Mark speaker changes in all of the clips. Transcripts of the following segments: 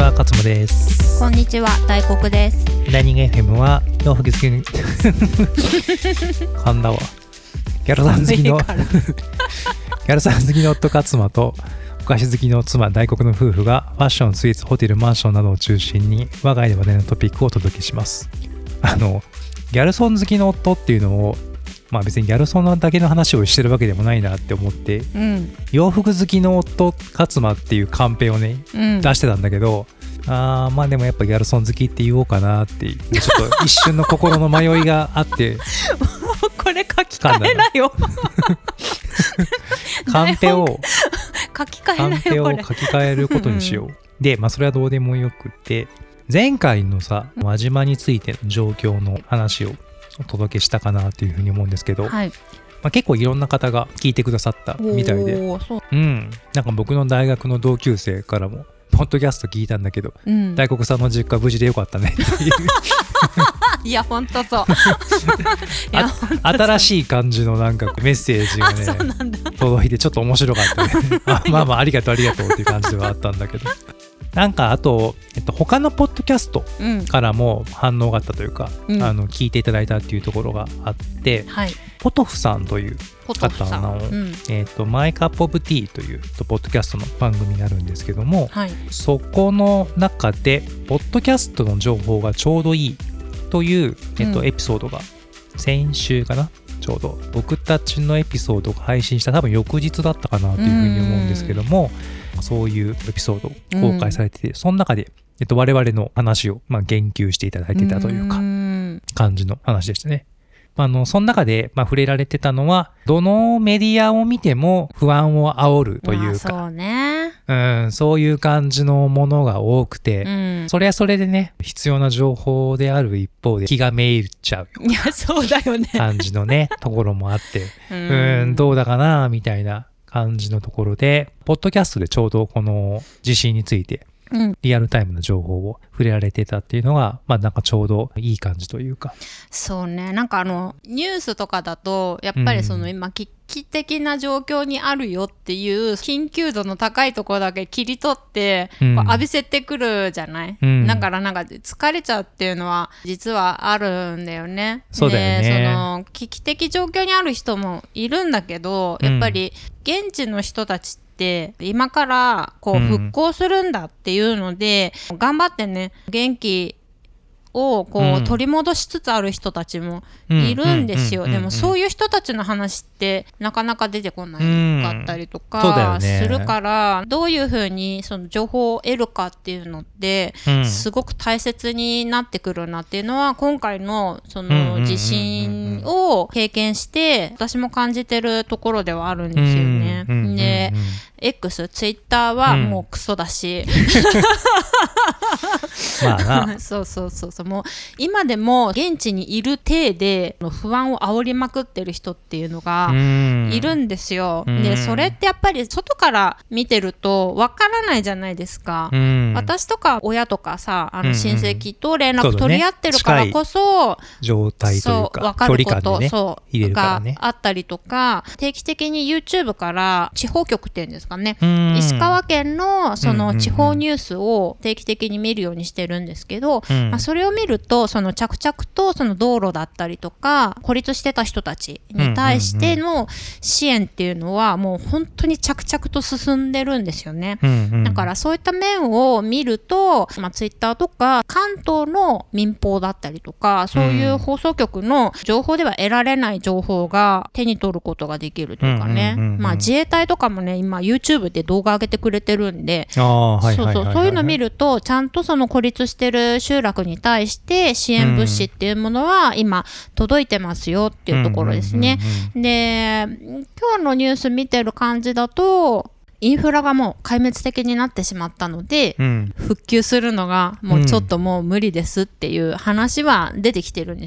Speaker 1: は勝間です。
Speaker 2: こんにちは、大黒です。
Speaker 1: ダイニング FM は洋服好きに噛んだわ。ギャルさん好きのギャルさん好きの夫勝間とお菓子好きの妻大黒の夫婦がファッション、スイーツ、ホテル、マンションなどを中心に我が家で話題のトピックをお届けします。ギャルソン好きの夫っていうのを別にギャルソンだけの話をしてるわけでもないなって思って、洋服好きの夫勝間っていうカンペをね、出してたんだけど、でもやっぱギャルソン好きって言おうかなっていうちょっと一瞬の心の迷いがあって
Speaker 2: これ書き換えなよ
Speaker 1: カンペを
Speaker 2: 書き換え
Speaker 1: ることにしよう。で、それはどうでもよくて、前回のさ輪島についての状況の話をお届けしたかなというふうに思うんですけど、結構いろんな方が聞いてくださったみたいで、なんか僕の大学の同級生からもポッドキャスト聞いたんだけど、大黒さんの実家無事でよかったねっていう
Speaker 2: いやほんとそう
Speaker 1: 新しい感じのなんかメッセージがね届いてちょっと面白かったねありがとうっていう感じではあったんだけど、なんかあと、他のポッドキャストからも反応があったというか、聞いていただいたっていうところがあって、ポトフさんという方の、マイカップオブティーというポッドキャストの番組になるんですけども、そこの中でポッドキャストの情報がちょうどいいという、エピソードが先週かな、ちょうど僕たちのエピソードが配信した多分翌日だったかなというふうに思うんですけども、そういうエピソードを公開されてて、その中で、我々の話を、言及していただいてたというか感じの話でしたね。その中で、触れられてたのは、どのメディアを見ても不安を煽るというか、
Speaker 2: そうね、
Speaker 1: そういう感じのものが多くて、それはそれでね、必要な情報である一方で気がめいっちゃうような
Speaker 2: そうだよね
Speaker 1: 感じのねところもあってどうだかなみたいな感じのところで、ポッドキャストでちょうどこの地震についてリアルタイムの情報を触れられてたっていうのが、なんかちょうどいい感じというか。
Speaker 2: そうね、なんかニュースとかだとやっぱりその今危機的な状況にあるよっていう緊急度の高いところだけ切り取って浴びせてくるじゃない、だからなんか疲れちゃうっていうのは実はあるんだよね。
Speaker 1: そうだよね。
Speaker 2: で、その危機的状況にある人もいるんだけど、やっぱり現地の人たちって今からこう復興するんだっていうので、頑張ってね元気をこう取り戻しつつある人たちもいるんですよ。でもそういう人たちの話ってなかなか出てこないかったりとかするから、どういうふうにその情報を得るかっていうのってすごく大切になってくるなっていうのは、今回のその地震を経験して私も感じてるところではあるんですよね。で、X、ツイッターはもうクソだし、そうもう今でも現地にいる体で不安を煽りまくってる人っていうのがいるんですよ。で、それってやっぱり外から見てるとわからないじゃないですか。私とか親とかさ、親戚と連絡取り合ってるからこそ、
Speaker 1: 状態というか
Speaker 2: 分かること、があったりとか、定期的に YouTube から地方局っていうんですかね、石川県のその地方ニュースを定期的に見るようにしてるんですけど、それを見るとその着々とその道路だったりとか孤立してた人たちに対しての支援っていうのはもう本当に着々と進んでるんですよね。だからそういった面を見ると、ツイッターとか関東の民放だったりとか、そういう放送局の情報では得られない情報が手に取ることができるというかね、自衛隊とかもね今 YouTube で動画上げてくれてるんで、そういうの見るとちゃんとその孤立してる集落に対して支援物資っていうものは今届いてますよっていうところですね。で、今日のニュース見てる感じだとインフラがもう壊滅的になってしまったので、復旧するのがもうちょっともう無理ですっていう話は出てきてるんですよ。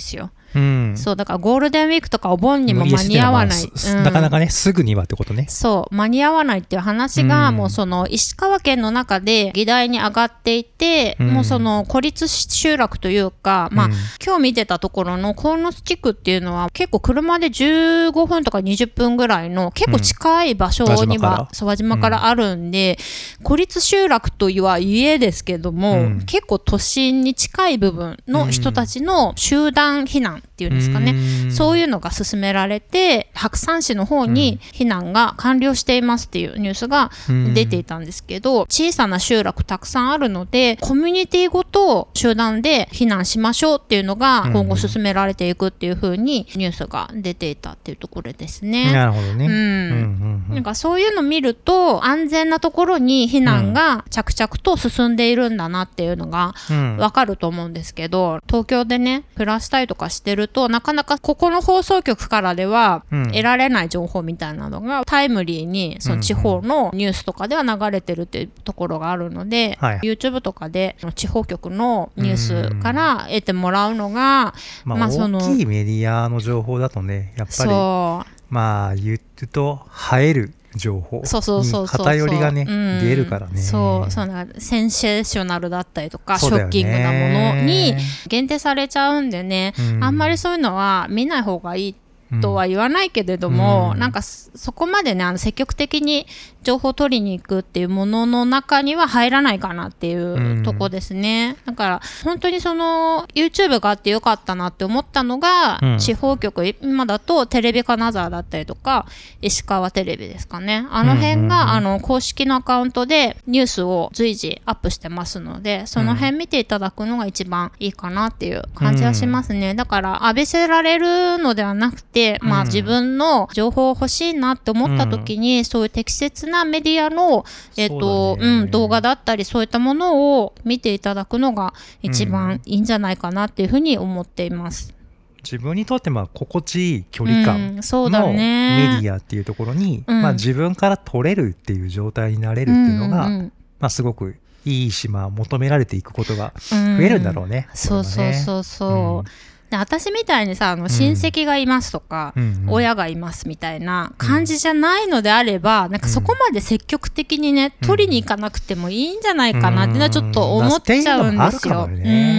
Speaker 2: そうだからゴールデンウィークとかお盆にも間に合わない、
Speaker 1: なかなかねすぐにはってことね。
Speaker 2: そう間に合わないっていう話が、もうその石川県の中で議題に上がっていて、もうその孤立集落というか、今日見てたところの鴻巣地区っていうのは結構車で15分とか20分ぐらいの結構近い場所には輪島からあるんで、孤立集落とは家ですけども、結構都心に近い部分の人たちの集団避難っていうんですかね、そういうのが進められて白山市の方に避難が完了していますっていうニュースが出ていたんですけど、小さな集落たくさんあるのでコミュニティごと集団で避難しましょうっていうのが今後進められていくっていう風にニュースが出ていたっていうところですね。
Speaker 1: なるほどね。
Speaker 2: なんかそういうの見ると安全なところに避難が着々と進んでいるんだなっていうのがわかると思うんですけど、東京でね暮らしたりとかしてるとなかなかここの放送局からでは得られない情報みたいなのがタイムリーにその地方のニュースとかでは流れてるっていうところがあるので、YouTube とかで地方局のニュースから得てもらうのが、
Speaker 1: 大きいメディアの情報だとねやっぱり言うと映える情報に偏りがね出るからね。
Speaker 2: そうなんかセンセーショナルだったりとかショッキングなものに限定されちゃうんでね、あんまりそういうのは見ない方がいいとは言わないけれども、なんかそこまでね積極的に情報を取りに行くっていうものの中には入らないかなっていうとこですね。だから本当にその YouTube があってよかったなって思ったのが、地方局今だとテレビ金沢だったりとか石川テレビですかね、あの辺が公式のアカウントでニュースを随時アップしてますので、その辺見ていただくのが一番いいかなっていう感じはしますね。だから浴びせられるのではなくて、自分の情報欲しいなって思った時に、そういう適切なメディアの、動画だったりそういったものを見ていただくのが一番いいんじゃないかなっていうふうに思っています。
Speaker 1: 自分にとって心地いい距離感のメディアっていうところに、自分から取れるっていう状態になれるっていうのが、すごくいいし、求められていくことが増えるんだろうね。
Speaker 2: そう。で私みたいにさ親戚がいますとか、親がいますみたいな感じじゃないのであれば、なんかそこまで積極的にね取りに行かなくてもいいんじゃないかなっていうのはちょっと思っちゃうんですよ。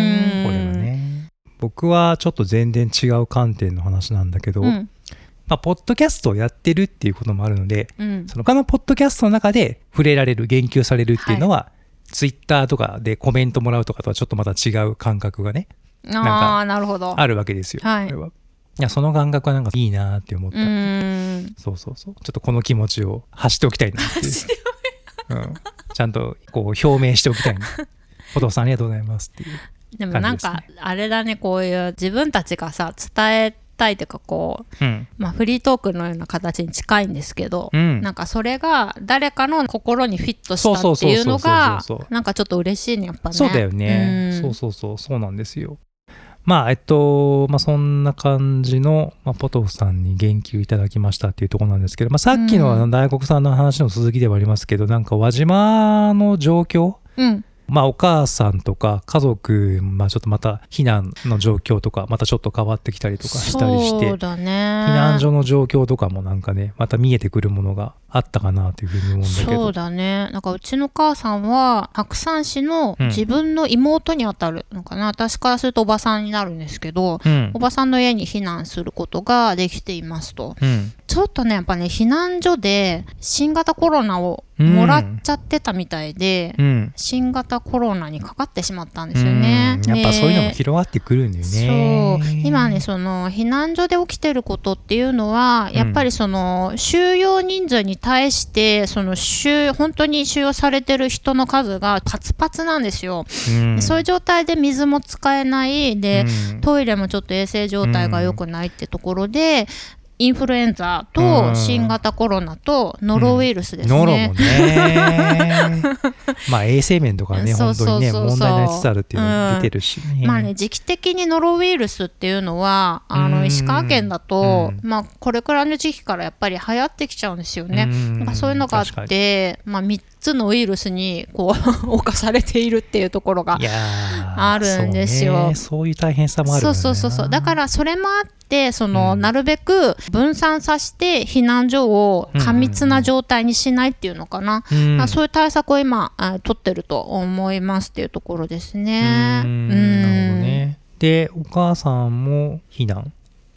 Speaker 1: 僕はちょっと全然違う観点の話なんだけど、ポッドキャストをやってるっていうこともあるので、その他のポッドキャストの中で触れられる言及されるっていうのは、ツイッターとかでコメントもらうとかとはちょっとまた違う感覚がね
Speaker 2: なるほど
Speaker 1: あるわけですよ。いやその感覚はなんかいいなって思った。そうちょっとこの気持ちを発しておきたいなっていうちゃんとこう表明しておきたいなポトフさんありがとうございますっていう感じですね。
Speaker 2: でもなんかあれだね、こういう自分たちがさ伝えたいというかこう、フリートークのような形に近いんですけど、なんかそれが誰かの心にフィットしたっていうのがなんかちょっと嬉しいねやっぱね。
Speaker 1: そうだよね、そうなんですよ。そんな感じの、ポトフさんに言及いただきましたっていうところなんですけど、さっきの大黒さんの話の続きではありますけど、なんか輪島の状況、お母さんとか家族、ちょっとまた避難の状況とかまたちょっと変わってきたりとかしたりして、
Speaker 2: そうだね、
Speaker 1: 避難所の状況とかもなんかねまた見えてくるものがあったかなというふうに思うんだけど。
Speaker 2: そうだね、なんかうちの母さんは白山市の自分の妹にあたるのかな、私からするとおばさんになるんですけど、おばさんの家に避難することができていますと、ちょっとねやっぱね避難所で新型コロナをもらっちゃってたみたいで、新型コロナにかかってしまったんですよね。
Speaker 1: やっぱそういうのも広がってくるんだよね。
Speaker 2: そう今ねその避難所で起きてることっていうのはやっぱりその収容人数に対してその本当に収容されてる人の数がパツパツなんですよ。そういう状態で水も使えないで、トイレもちょっと衛生状態が良くないってところで、 インフルエンザと新型コロナとノロウイルスですね。
Speaker 1: ノロもねまあ衛生面とかね本当にね問題になりつつあるっていうの出てるしね、
Speaker 2: まあね時期的にノロウイルスっていうのは石川県だと、まあこれくらいの時期からやっぱり流行ってきちゃうんですよね。そういうのがあって、まあ3つのウイルスにこう侵されているっていうところがあるんですよ。
Speaker 1: そういう大変さもあるよね。
Speaker 2: そうだからそれもあってなるべく分散させて避難所を過密な状態にしないっていうのかな、そういう対策を今取ってると思いますっていうところですね。
Speaker 1: なるほどね。でお母さんも避難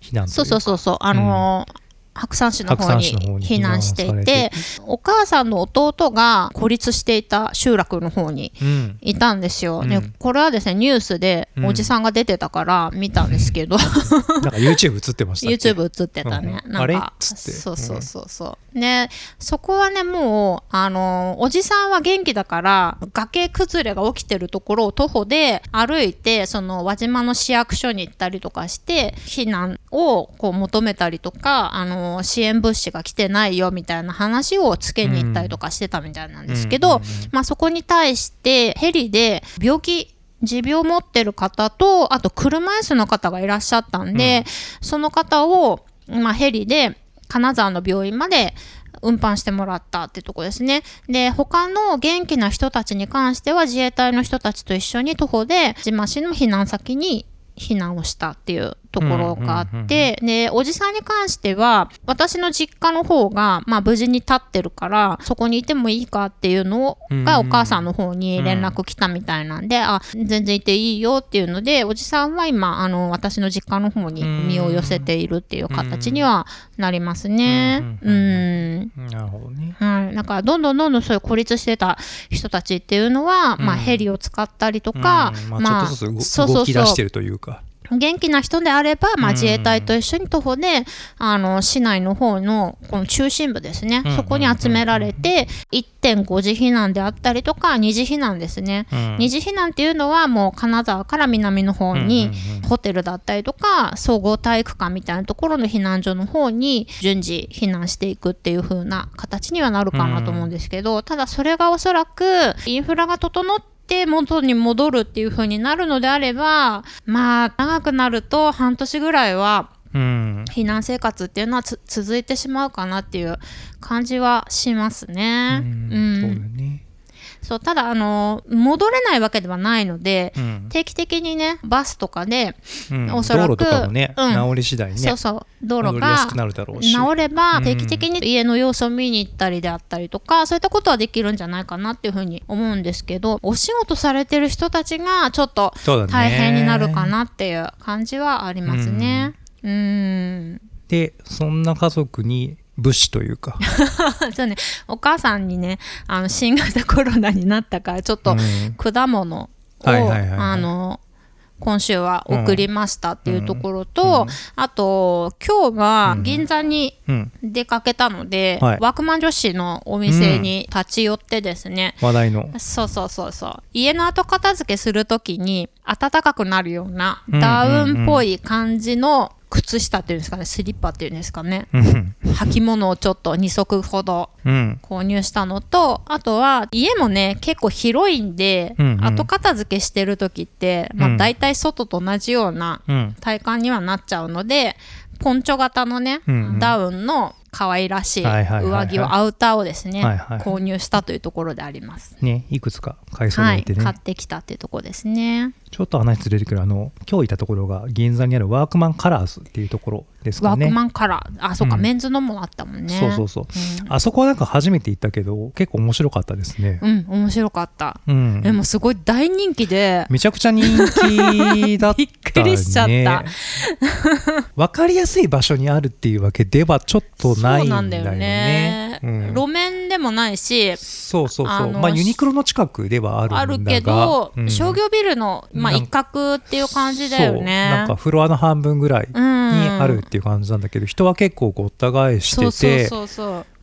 Speaker 2: そう白山市の方に避難していて、お母さんの弟が孤立していた集落の方にいたんですよ、でこれはですねニュースでおじさんが出てたから見たんですけど、
Speaker 1: なんか YouTube 映ってましたっけ？
Speaker 2: YouTube 映ってたね、なんか
Speaker 1: あれっつって
Speaker 2: そうね、そこはねもうおじさんは元気だから崖崩れが起きてるところを徒歩で歩いて輪島の市役所に行ったりとかして避難をこう求めたりとか支援物資が来てないよみたいな話をつけに行ったりとかしてたみたいなんですけど、まあそこに対してヘリで持病を持ってる方とあと車椅子の方がいらっしゃったんで、その方を、まあ、ヘリで金沢の病院まで運搬してもらったってとこですね。で他の元気な人たちに関しては自衛隊の人たちと一緒に徒歩で輪島市の避難先に避難をしたっていうところがあって、でおじさんに関しては私の実家の方が、まあ、無事に立ってるからそこにいてもいいかっていうのがお母さんの方に連絡来たみたいなんで、全然いていいよっていうのでおじさんは今私の実家の方に身を寄せているっていう形にはなりますね。
Speaker 1: なるほどね。
Speaker 2: だからどんどんそういう孤立してた人たちっていうのは、まあ、ヘリを使ったりとか、
Speaker 1: まあ、ちょっとずつ動き出してるというか。
Speaker 2: 元気な人であれば、まあ、自衛隊と一緒に徒歩で市内の方のこの中心部ですね、そこに集められて 1.5 次避難であったりとか2次避難ですね、2次避難っていうのはもう金沢から南の方にホテルだったりとか総合体育館みたいなところの避難所の方に順次避難していくっていう風な形にはなるかなと思うんですけど、ただそれがおそらくインフラが整って元に戻るっていう風になるのであれば、まあ長くなると半年ぐらいは避難生活っていうのは続いてしまうかなっていう感じはしますね。
Speaker 1: そうだね。
Speaker 2: そうただ戻れないわけではないので、定期的にねバスとかで、おそらく
Speaker 1: 道路とかもね、治り次第ね
Speaker 2: 道路が治れば定期的に家の様子を見に行ったりであったりとか、そういったことはできるんじゃないかなっていうふうに思うんですけど、お仕事されてる人たちがちょっと大変になるかなっていう感じはありますね。
Speaker 1: でそんな家族に物資というか
Speaker 2: そうね、お母さんにね新型コロナになったからちょっと果物を今週は送りましたっていうところと、あと今日は銀座に出かけたので、ワークマン女子のお店に立ち寄ってですね、
Speaker 1: 話題の
Speaker 2: そう家の後片付けするときに暖かくなるようなダウンっぽい感じの靴下っていうんですかね、スリッパっていうんですかね、履物をちょっと2足ほど購入したのと、あとは家もね結構広いんで、後片付けしてる時って、だいたい外と同じような体感にはなっちゃうので、ポンチョ型のね、ダウンの可愛らしい上着をアウターをですね、購入したというところであります
Speaker 1: ね。いくつか買い揃えてね、
Speaker 2: 買ってきたっていうところですね。
Speaker 1: ちょっと話ずれるけど今日いたところが銀座にあるワークマンカラーズっていうところですかね。
Speaker 2: ワークマンカラー、そうか、メンズのもあったもんね。
Speaker 1: そう、あそこはなんか初めて行ったけど結構面白かったですね。
Speaker 2: 面白かった、でもすごい大人気で
Speaker 1: めちゃくちゃ人気だったね。びっ
Speaker 2: くりしちゃった
Speaker 1: 分かりやすい場所にあるっていうわけではちょっとないんだよね。そうなんだよね、
Speaker 2: 路面でもないし、
Speaker 1: そうユニクロの近くではあるんだが、
Speaker 2: あるけど、商業ビルの一角っていう感じだよね。
Speaker 1: なんかフロアの半分ぐらいにあるっていう感じなんだけど、人は結構ごった返してて、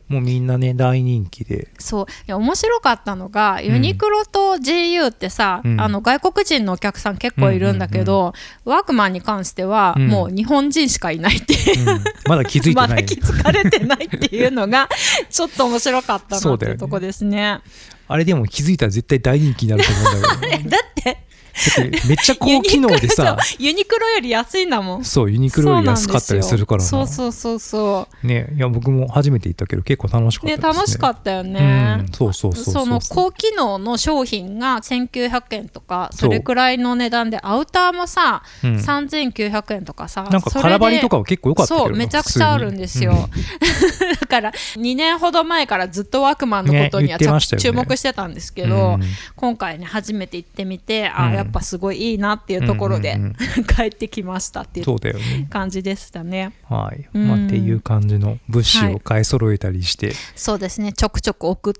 Speaker 1: もうみんなね大人気で、
Speaker 2: そう、いや面白かったのがユニクロと GU ってさ、外国人のお客さん結構いるんだけど、ワークマンに関してはもう日本人しかいないっていう、
Speaker 1: まだ気づいてない、
Speaker 2: まだ気づかれてないっていうのがちょっと面白かったなっていうとこですね。
Speaker 1: あれでも気づいたら絶対大人気になると思うんだけどだってめっちゃ高機能でさ
Speaker 2: ユニクロより安いんだもん。
Speaker 1: そうユニクロより安かったりするからな。
Speaker 2: そう
Speaker 1: ね、いや僕も初めて行ったけど結構楽しかったですね。
Speaker 2: 楽しかったよね。
Speaker 1: そうそ
Speaker 2: の高機能の商品が1900円とかそれくらいの値段で、アウターもさ、3900円とかさ、
Speaker 1: なんか空張りとかは結構良かったけど、
Speaker 2: そうめちゃくちゃあるんですよ、だから2年ほど前からずっとワークマンのことには注目してたんですけど、今回ね初めて行ってみて、やっぱすごいいいなっていうところで、帰ってきましたっていう感じでしたね。
Speaker 1: はい、っていう感じの物資を買い揃えたりして、
Speaker 2: そうですね、ちょくちょく送って、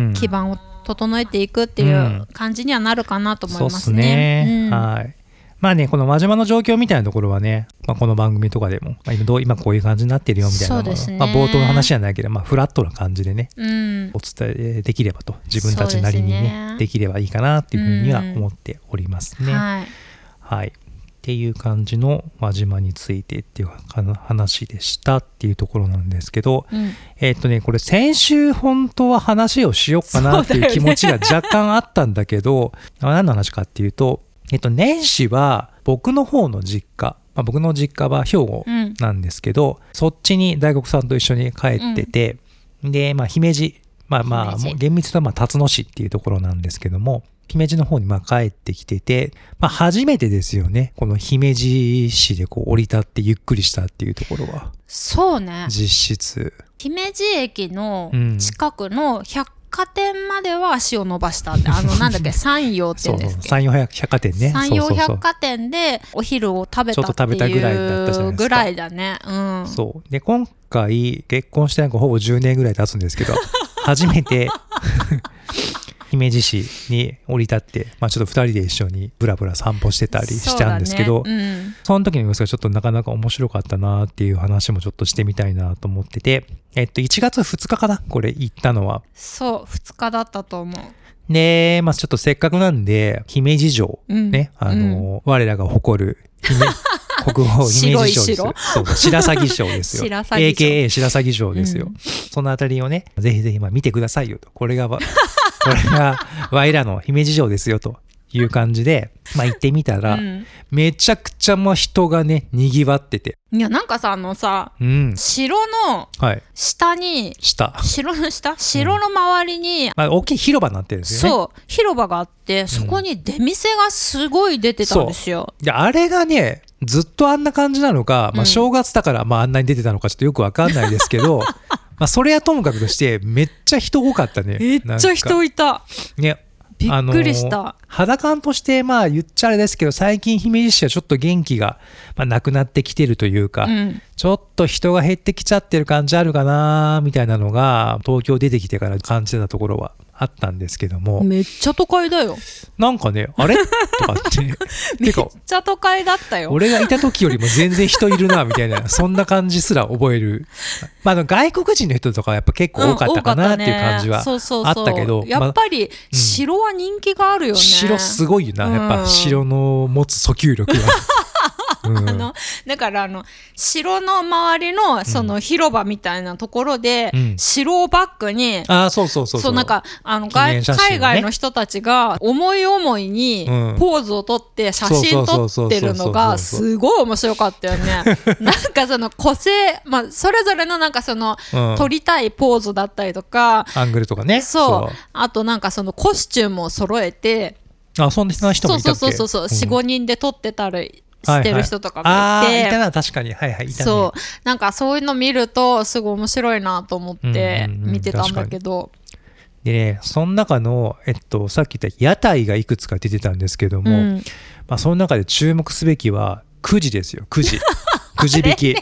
Speaker 2: 基盤を整えていくっていう感じにはなるかなと思いますね。
Speaker 1: はい。まあね、この輪島の状況みたいなところはね、この番組とかでも、今こういう感じになってるよみたいなのが、冒頭の話じゃないけど、フラットな感じでね、お伝えできればと、自分たちなりにね、できればいいかなっていうふうには思っておりますね。はい。っていう感じの輪島についてっていう話でしたっていうところなんですけど、これ先週本当は話をしようかなっていう気持ちが若干あったんだけど、何の話かっていうと、年始は僕の方の実家、僕の実家は兵庫なんですけど、そっちに大黒さんと一緒に帰ってて、で、姫路、厳密には辰野市っていうところなんですけども、姫路の方に帰ってきてて、初めてですよね、この姫路市で降り立ってゆっくりしたっていうところは。
Speaker 2: そうね。
Speaker 1: 実質。
Speaker 2: 姫路駅の近くの百貨店までは足を伸ばしたって、なんだっけ、山陽って言うんですっけ。
Speaker 1: 山陽百貨店ね。
Speaker 2: 山陽百貨店でお昼を食べたっていうぐらいだね。
Speaker 1: そう。で、今回結婚してほぼ10年ぐらい経つんですけど、初めて姫路市に降り立って、ちょっと2人で一緒にブラブラ散歩してたりしたんですけど、その時の様子がちょっとなかなか面白かったなっていう話もちょっとしてみたいなと思ってて、1月2日かな、これ行ったのは。
Speaker 2: そう、2日だったと思う。
Speaker 1: で、ちょっとせっかくなんで、姫路城、ね、我らが誇る国宝姫路城ですよ。そう、白鷺城ですよ。AKA 白鷺城ですよ。そのあたりをね、ぜひぜひ見てくださいよと。これがワイらの姫路城ですよという感じで、行ってみたら、めちゃくちゃ人がね、賑わってて。
Speaker 2: いや、なんかさ、城の下に、城の周りに、
Speaker 1: 大きい広場になってるんですよね。
Speaker 2: そう、広場があって、そこに出店がすごい出てたんですよ。
Speaker 1: で、あれがね、ずっとあんな感じなのか、正月だからあんなに出てたのかちょっとよくわかんないですけど、それはともかくとしてめっちゃ人多かったね。
Speaker 2: めっちゃ人いた。
Speaker 1: ね。
Speaker 2: びっくりした。
Speaker 1: 肌感として言っちゃあれですけど、最近姫路市はちょっと元気がなくなってきてるというか、ちょっと人が減ってきちゃってる感じあるかなみたいなのが東京出てきてから感じてたところはあったんですけども、
Speaker 2: めっちゃ都会だよ。
Speaker 1: なんかね、あれとかって
Speaker 2: めっちゃ都会だったよ。
Speaker 1: 俺がいた時よりも全然人いるなみたいなそんな感じすら覚える。外国人の人とかやっぱ結構多かったかなっていう感じはあったけど、
Speaker 2: やっぱり城は人気があるよね。
Speaker 1: 城すごいよな、やっぱ城の持つ訴求力は。
Speaker 2: だから城の周りのその広場みたいなところで、城をバックに、そうなんか海外の人たちが思い思いにポーズを撮って写真撮ってるのがすごい面白かったよね。なんかその個性、それぞれのなんかその撮りたいポーズだったりとか、
Speaker 1: アングルとかね。
Speaker 2: そう。あとなんかそのコスチュームを揃えて、
Speaker 1: そんな人もいたっけ。
Speaker 2: そう4、5人で撮ってたりしてる人とかがいて、
Speaker 1: いたな、確かに。いたね。
Speaker 2: そう、なんかそういうの見るとすごい面白いなと思って見てたんだけど、
Speaker 1: でね、その中のさっき言った屋台がいくつか出てたんですけども、その中で注目すべきはくじですよ。くじ引き。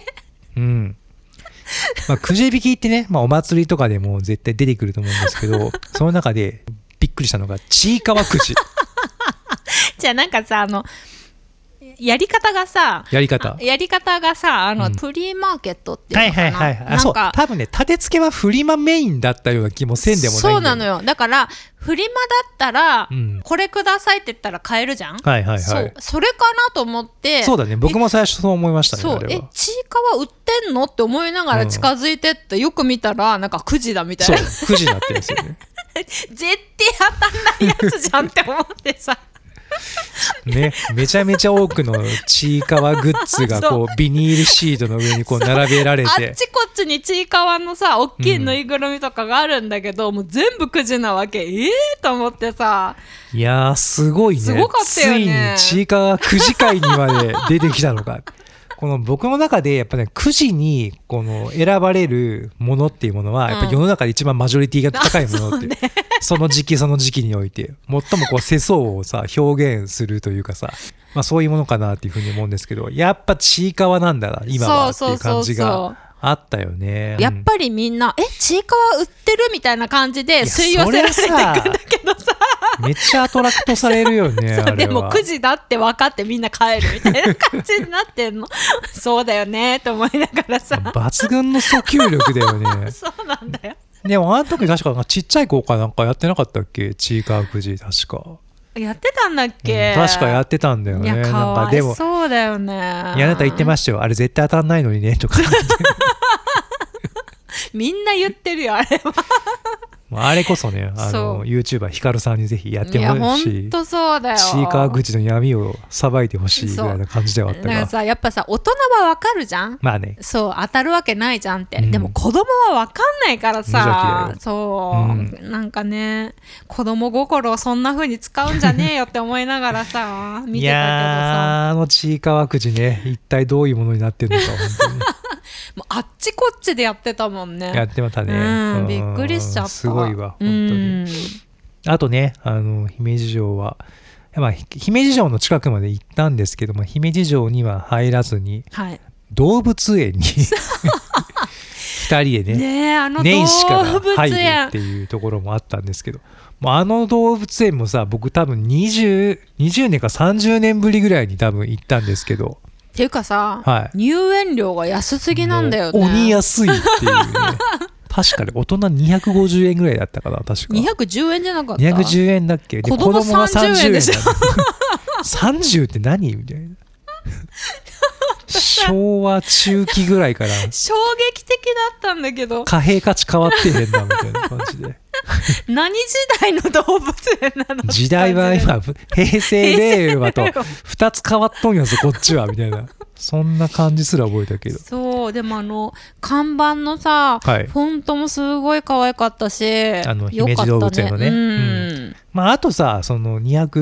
Speaker 1: くじ引きってね、お祭りとかでも絶対出てくると思うんですけど、その中でびっくりしたのがちいかわくじ。
Speaker 2: じゃあなんかさ、 やり方がさ、フリーマーケットっていうのかな、
Speaker 1: はい、そう、多分ね、立て付けはフリマメインだったような気もせんでもないんだよ。
Speaker 2: そうなのよ。だからフリマだったら、これくださいって言ったら買えるじゃん。それかなと思って。
Speaker 1: そうだね、僕も最初そう思いましたね。
Speaker 2: そう、ちいかわ売ってんのって思いながら近づいてって、よく見たらなんかくじだみたいな。
Speaker 1: そう、くじになってるんですよね。
Speaker 2: 絶対当たんないやつじゃんって思ってさ。
Speaker 1: ね、めちゃめちゃ多くのちいかわグッズがこうビニールシートの上にこう並べられて、
Speaker 2: あっちこっちにちいかわのさ、大きいぬいぐるみとかがあるんだけど、もう全部くじなわけ。と思ってさ。
Speaker 1: いやー、すごいね。
Speaker 2: すごかったよね。
Speaker 1: ついにちいかわくじ界にまで出てきたのか。この僕の中でやっぱね、くじにこの選ばれるものっていうものはやっぱ世の中で一番マジョリティが高いものって、その時期その時期において最もこう世相をさ表現するというかさ、まあ、そういうものかなっていうふうに思うんですけど、やっぱちいかわなんだな今はっていう感じがあったよね。
Speaker 2: やっぱりみんなちいかわ売ってるみたいな感じで吸い寄せられていくんだけどさ、
Speaker 1: めっちゃアトラクトされるよね。あれは
Speaker 2: でも9時だって分かってみんな帰るみたいな感じになってんの。そうだよねと思いながらさ、
Speaker 1: 抜群の訴求力だよね。
Speaker 2: そうなんだよ。
Speaker 1: でもあの時確かちっちゃい子かなんかやってなかったっけ、ちいかわくじ。確か
Speaker 2: やってたんだっけ、
Speaker 1: 確かやってたんだよね。
Speaker 2: いや、かわいそうだよね。
Speaker 1: いや、あなた言ってましたよ、あれ絶対当たんないのにねとか
Speaker 2: みんな言ってるよ、あれは。
Speaker 1: あれこそね、YouTuber ヒカルさんにぜひやってほしい。
Speaker 2: いや、ほんとそうだよ。
Speaker 1: ちいかわ口の闇をさばいてほしいぐらいな感じではあったが。
Speaker 2: だからさ、やっぱさ、大人はわかるじゃん。
Speaker 1: まあね。
Speaker 2: そう、当たるわけないじゃんって。でも子供はわかんないからさ、そう、なんかね、子供心をそんな風に使うんじゃねえよって思いながらさ、見てたけどさ。い
Speaker 1: やー、ちいかわ口ね、一体どういうものになってるのか、本当に。
Speaker 2: もうあっちこっちでやってたもんね。
Speaker 1: やってましたね。
Speaker 2: びっくりしちゃった。
Speaker 1: すごいわ、本当に。あとね、姫路城は、まあ、姫路城の近くまで行ったんですけども、姫路城には入らずに、動物園に2人でね、年始から入るっていうところもあったんですけど、あの動物園もさ、僕多分20年か30年ぶりぐらいに多分行ったんですけど、
Speaker 2: っていうかさ、入園料が安すぎなんだよね。
Speaker 1: 鬼安いっていうね。確かに大人250円ぐらいだったかな、確か。
Speaker 2: 210円じゃなかった？
Speaker 1: 210 円だっけ。で、子供が30円でしょ。30って何みたいな。昭和中期ぐらいから
Speaker 2: 衝撃的だったんだけど、
Speaker 1: 貨幣価値変わってへんなみたいな感じで。
Speaker 2: 何時代の動物園なの？
Speaker 1: 時代は今平成令和と2つ変わっとんやぞこっちはみたいな、そんな感じすら覚えたけど。
Speaker 2: そう、でも看板のさ、フォントもすごい可愛かったし、
Speaker 1: 姫路動物園のね。まあ、あとさ、その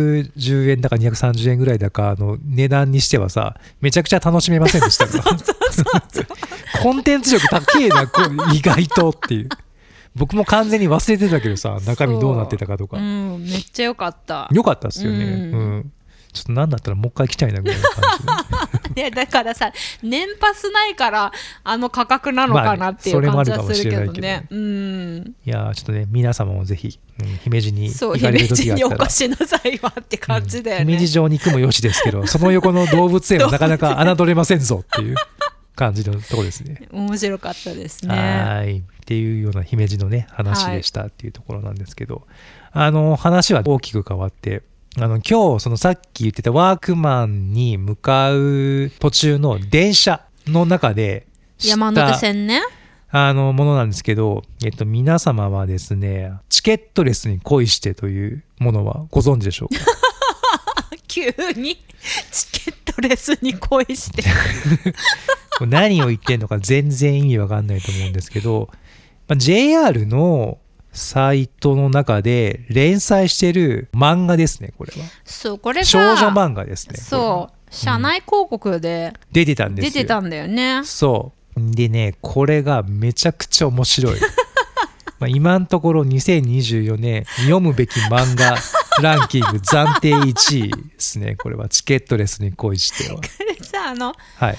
Speaker 1: 210円だか230円ぐらいだかの値段にしてはさ、めちゃくちゃ楽しめませんでしたか？コンテンツ力高えな、意外とっていう。僕も完全に忘れてたけどさ、中身どうなってたかとか。
Speaker 2: めっちゃ良かった。
Speaker 1: 良かったっすよね。ちょっと何だったらもう一回来たいなぐらいの感じで。
Speaker 2: だからさ、年パスないから価格なのかなっていう感じはするけどね。い
Speaker 1: や、ちょっとね、皆様もぜひ姫路に行かれる時があったら、
Speaker 2: 姫路にお越しなさいわって感じだよね。
Speaker 1: 姫路城に行くもよしですけど、その横の動物園はなかなか侮れませんぞっていう感じのところですね。
Speaker 2: 面白かったですね。
Speaker 1: はいっていうような姫路のね話でしたっていうところなんですけど、話は大きく変わって、今日そのさっき言ってたワークマンに向かう途中の電車の中で
Speaker 2: 山手線ね、
Speaker 1: ものなんですけど、皆様はですね、チケットレスに恋してというものはご存知でしょうか？
Speaker 2: 急にチケットレスに恋して
Speaker 1: 何を言ってんのか全然意味わかんないと思うんですけど、JR のサイトの中で連載してる漫画ですね、これは。
Speaker 2: そう、これが
Speaker 1: 少女漫画ですね。
Speaker 2: そう、社内広告で
Speaker 1: 出てたんですよ。
Speaker 2: 出てたんだよね。
Speaker 1: そうでね、これがめちゃくちゃ面白い。今のところ2024年読むべき漫画ランキング暫定1位ですね。これはチケットレスに恋しては。
Speaker 2: これさ、
Speaker 1: はい、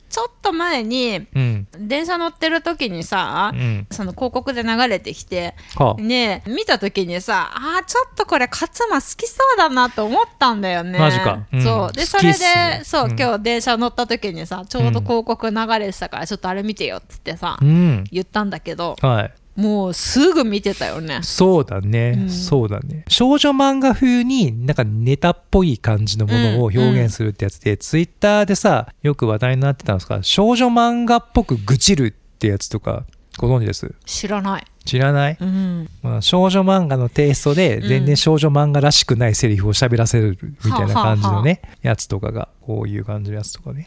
Speaker 2: ちょっと前に、電車乗ってる時にさ、その広告で流れてきて、ね、見た時にさ、ちょっとこれ勝間好きそうだなと思ったんだよね。
Speaker 1: マジか。
Speaker 2: そうで、それで、そう、今日電車乗った時にさ、ちょうど広告流れてたから、ちょっとあれ見てよっつってさ、言ったんだけど、もうすぐ見てたよね。
Speaker 1: そうだね、そうだね。少女漫画風になんかネタっぽい感じのものを表現するってやつで、ツイッターでさよく話題になってたんですが、少女漫画っぽく愚痴るってやつとかご存知です？
Speaker 2: 知らない。
Speaker 1: 知らない？少女漫画のテイストで全然少女漫画らしくないセリフを喋らせるみたいな感じのね、やつとかが、こういう感じのやつとかね。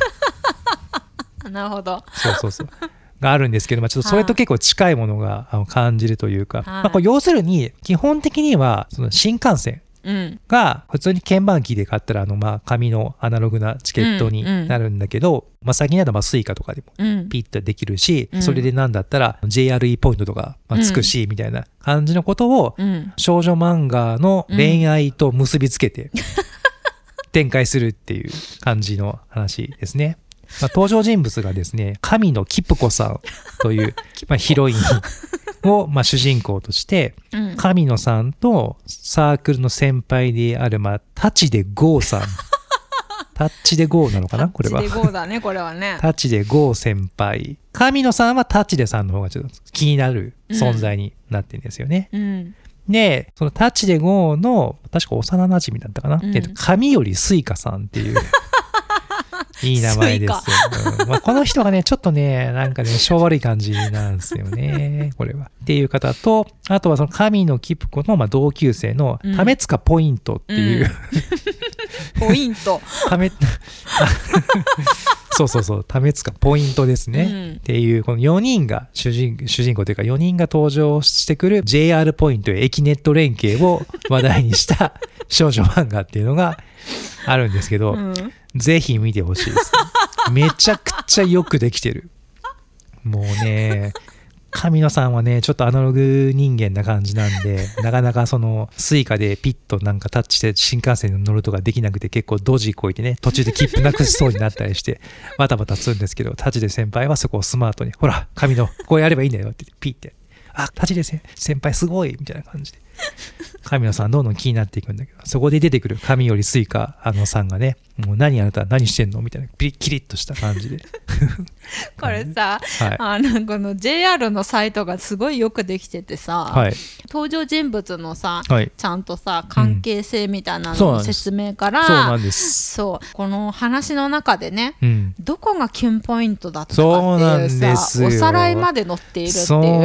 Speaker 2: なるほど。
Speaker 1: そうがあるんですけど、ちょっとそれと結構近いものが感じるというか、これ要するに基本的にはその新幹線が普通に鍵盤機で買ったら紙のアナログなチケットになるんだけど、最近だとスイカとかでもピッとできるし、それでなんだったら JRE ポイントとかつくしみたいな感じのことを少女漫画の恋愛と結びつけて展開するっていう感じの話ですね。登場人物がですね、神野キプコさんというヒロインを主人公として、神野さんとサークルの先輩であるタチデゴーさん。タッチデゴーなのかなこれは。
Speaker 2: タッチデゴーだね、これはね。
Speaker 1: タチデゴー先輩。神野さんはタチデさんの方がちょっと気になる存在になってるんですよね。で、そのタチデゴーの確か幼馴染だったかな、神よりスイカさんっていういい名前ですよ。この人がね、ちょっとね、なんかね、性悪い感じなんですよね、これは。っていう方と、あとはその神野キプコの同級生の為塚ポイントっていう、
Speaker 2: ポイント。
Speaker 1: そう為塚ポイントですね、っていうこの4人が主人公というか4人が登場してくる JR ポイントや駅ネット連携を話題にした少女漫画っていうのがあるんですけど、ぜひ見てほしいです、ね。めちゃくちゃよくできてる。もうね、神野さんはね、ちょっとアナログ人間な感じなんで、なかなかそのスイカでピッとなんかタッチして新幹線に乗るとかできなくて、結構ドジこいてね、途中で切符なくしそうになったりしてバタバタするんですけど、タチで先輩はそこをスマートに、ほら神野こうやればいいんだよってピッて、タチで先輩すごいみたいな感じで神野さんどんどん気になっていくんだけど、そこで出てくる神よりスイカさんがね、もうあなた何してんのみたいなキリッとした感じで
Speaker 2: これさ、この JR のサイトがすごいよくできててさ、登場人物のさ、ちゃんとさ関係性みたいなのの説明から、そうこの話の中でね、どこがキュンポイントだったかっていうさ、おさらいまで載っているっていう。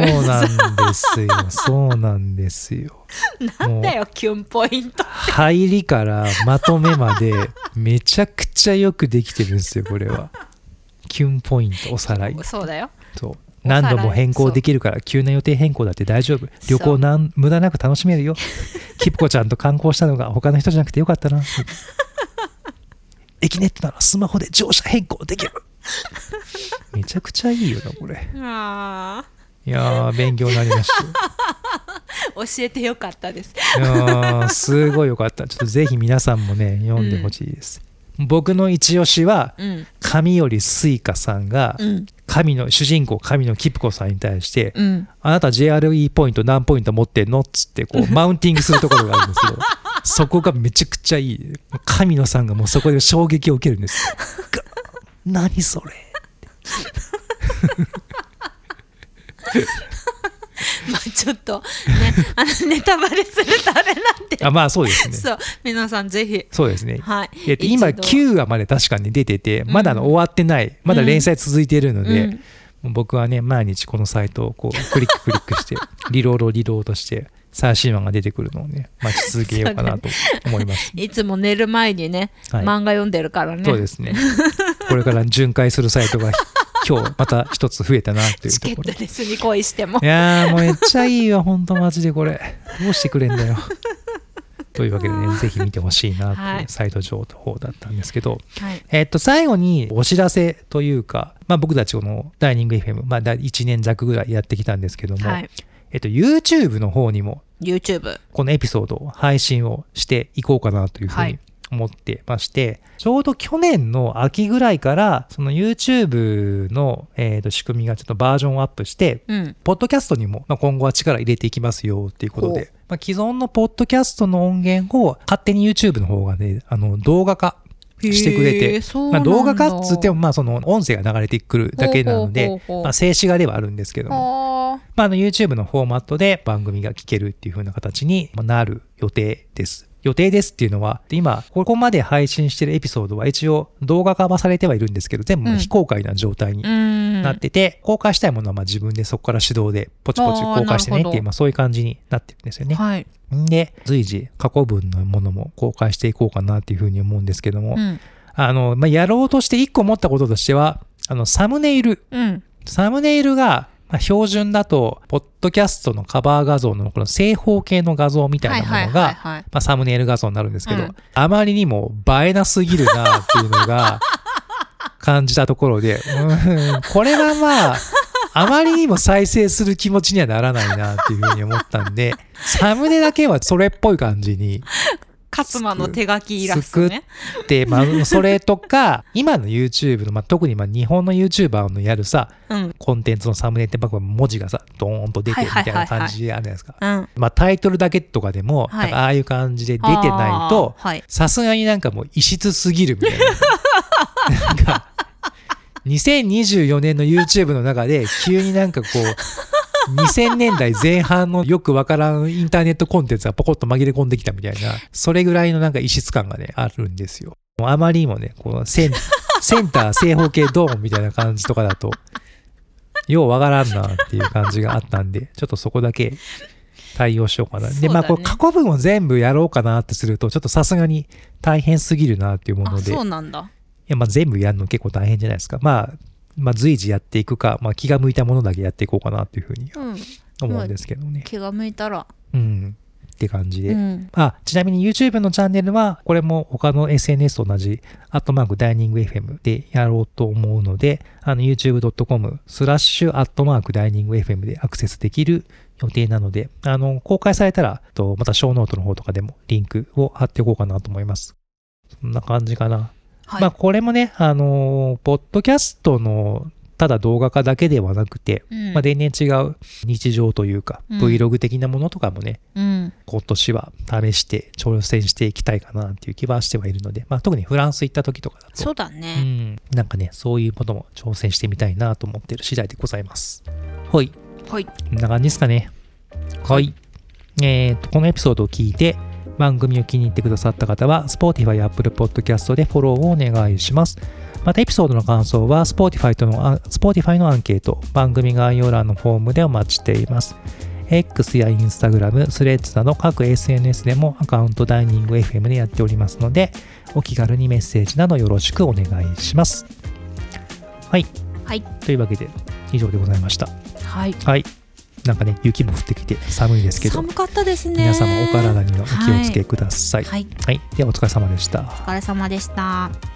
Speaker 1: そうなんですよ。
Speaker 2: なんだよキュンポイント。
Speaker 1: 入りからまとめまでめちゃくちゃよくできてるんですよ、これは。キュンポイントおさらい。
Speaker 2: そうだよ。
Speaker 1: そう何度も変更できるから、急な予定変更だって大丈夫。旅行無駄なく楽しめるよ。キプコちゃんと観光したのが他の人じゃなくてよかったな。駅ネットならスマホで乗車変更できる。めちゃくちゃいいよなこれ。いや勉強になりました。
Speaker 2: 教えてよかったです。
Speaker 1: いやすごいよかった。ちょっとぜひ皆さんもね読んでほしいです。僕の一押しは、神よりスイカさんが、主人公神のキプコさんに対して、あなた JRE ポイント何ポイント持ってんのっつってこうマウンティングするところがあるんですけどそこがめちゃくちゃいい。神野さんがもうそこで衝撃を受けるんです。何それ
Speaker 2: ちょっとね、ネタバレするとあれなんで
Speaker 1: そうですね。
Speaker 2: そう皆さんぜひ。
Speaker 1: そうですね、今9話まで確かに出てて、まだ終わってない、まだ連載続いているので、僕はね毎日このサイトをこうクリックしてリロードして最新話が出てくるのをね待ち続けようかなと思います。
Speaker 2: いつも寝る前にね、漫画読んでるからね。
Speaker 1: そうですね。これから巡回するサイトが今日また一つ増えたなというところ。
Speaker 2: チケットレスに恋しても。
Speaker 1: いやもうめっちゃいいよ本当マジでこれどうしてくれんだよ。というわけでねぜひ見てほしいなっていうサイト情報だったんですけど、最後にお知らせというか、僕たちこのダイニング FM、1年弱ぐらいやってきたんですけども、YouTube の方にもこのエピソードを配信をしていこうかなというふうに思ってまして、ちょうど去年の秋ぐらいからその YouTube の、仕組みがちょっとバージョンアップして、ポッドキャストにも、今後は力入れていきますよっていうことで、既存のポッドキャストの音源を勝手に YouTube の方がね、動画化してくれて、動画化っつってもその音声が流れてくるだけなので、静止画ではあるんですけども、YouTube のフォーマットで番組が聞けるっていう風な形になる予定です。予定ですっていうのは、今ここまで配信してるエピソードは一応動画化はされてはいるんですけど、全部非公開な状態になってて、公開したいものは自分でそこから手動でポチポチ公開してねっていう、そういう感じになってるんですよね。はい、で随時過去分のものも公開していこうかなっていうふうに思うんですけども、やろうとして一個思ったこととしては、サムネイルが標準だと、ポッドキャストのカバー画像のこの正方形の画像みたいなものが、サムネイル画像になるんですけど、あまりにも映えなすぎるなっていうのが感じたところで、これはあまりにも再生する気持ちにはならないなっていうふうに思ったんで、サムネだけはそれっぽい感じに、
Speaker 2: 勝間の手書きイラストね。
Speaker 1: 作って、それとか、今の YouTube の、特に日本の YouTuber のやるさ、コンテンツのサムネって文字がさ、ドーンと出てるみたいな感じであるじゃないですか。タイトルだけとかでも、ああいう感じで出てないと、さすがにもう異質すぎるみたいな。2024年の YouTube の中で、急に2000年代前半のよくわからんインターネットコンテンツがポコッと紛れ込んできたみたいな、それぐらいの異質感がね、あるんですよ。あまりにもね、このセンター正方形ドーンみたいな感じとかだと、ようわからんなっていう感じがあったんで、ちょっとそこだけ対応しようかな。で、これ過去文を全部やろうかなってすると、ちょっとさすがに大変すぎるなっていうもので。
Speaker 2: そうなんだ。
Speaker 1: いや、全部やるの結構大変じゃないですか。随時やっていくか、気が向いたものだけやっていこうかなっていうふうに思うんですけどね。
Speaker 2: 気が向いたら。
Speaker 1: って感じで。ちなみに YouTube のチャンネルは、これも他の SNS と同じ、ダイニング FM でやろうと思うので、youtube.com/ダイニング FM でアクセスできる予定なので、公開されたら、またショーノートの方とかでもリンクを貼っておこうかなと思います。そんな感じかな。これもね、ポッドキャストのただ動画化だけではなくて、全然違う日常というか、Vlog 的なものとかもね、今年は試して挑戦していきたいかなっていう気はしてはいるので、特にフランス行った時とかだと、
Speaker 2: そうだね。
Speaker 1: そういうことも挑戦してみたいなと思っている次第でございます。はい。
Speaker 2: こん
Speaker 1: な感じですかね。はい。このエピソードを聞いて、番組を気に入ってくださった方は Spotify や Apple Podcast でフォローをお願いします。またエピソードの感想は Spotify のアンケート、番組概要欄のフォームでお待ちしています。X や Instagram、スレッズなど各 SNS でもアカウントダイニング FM でやっておりますので、お気軽にメッセージなどよろしくお願いします。はい。というわけで以上でございました。
Speaker 2: はい。
Speaker 1: 雪も降ってきて寒いですけど、
Speaker 2: 寒かったですね。
Speaker 1: 皆様お体にはお気をつけください。はい。ではお疲れ様でした。
Speaker 2: お疲れ様でした。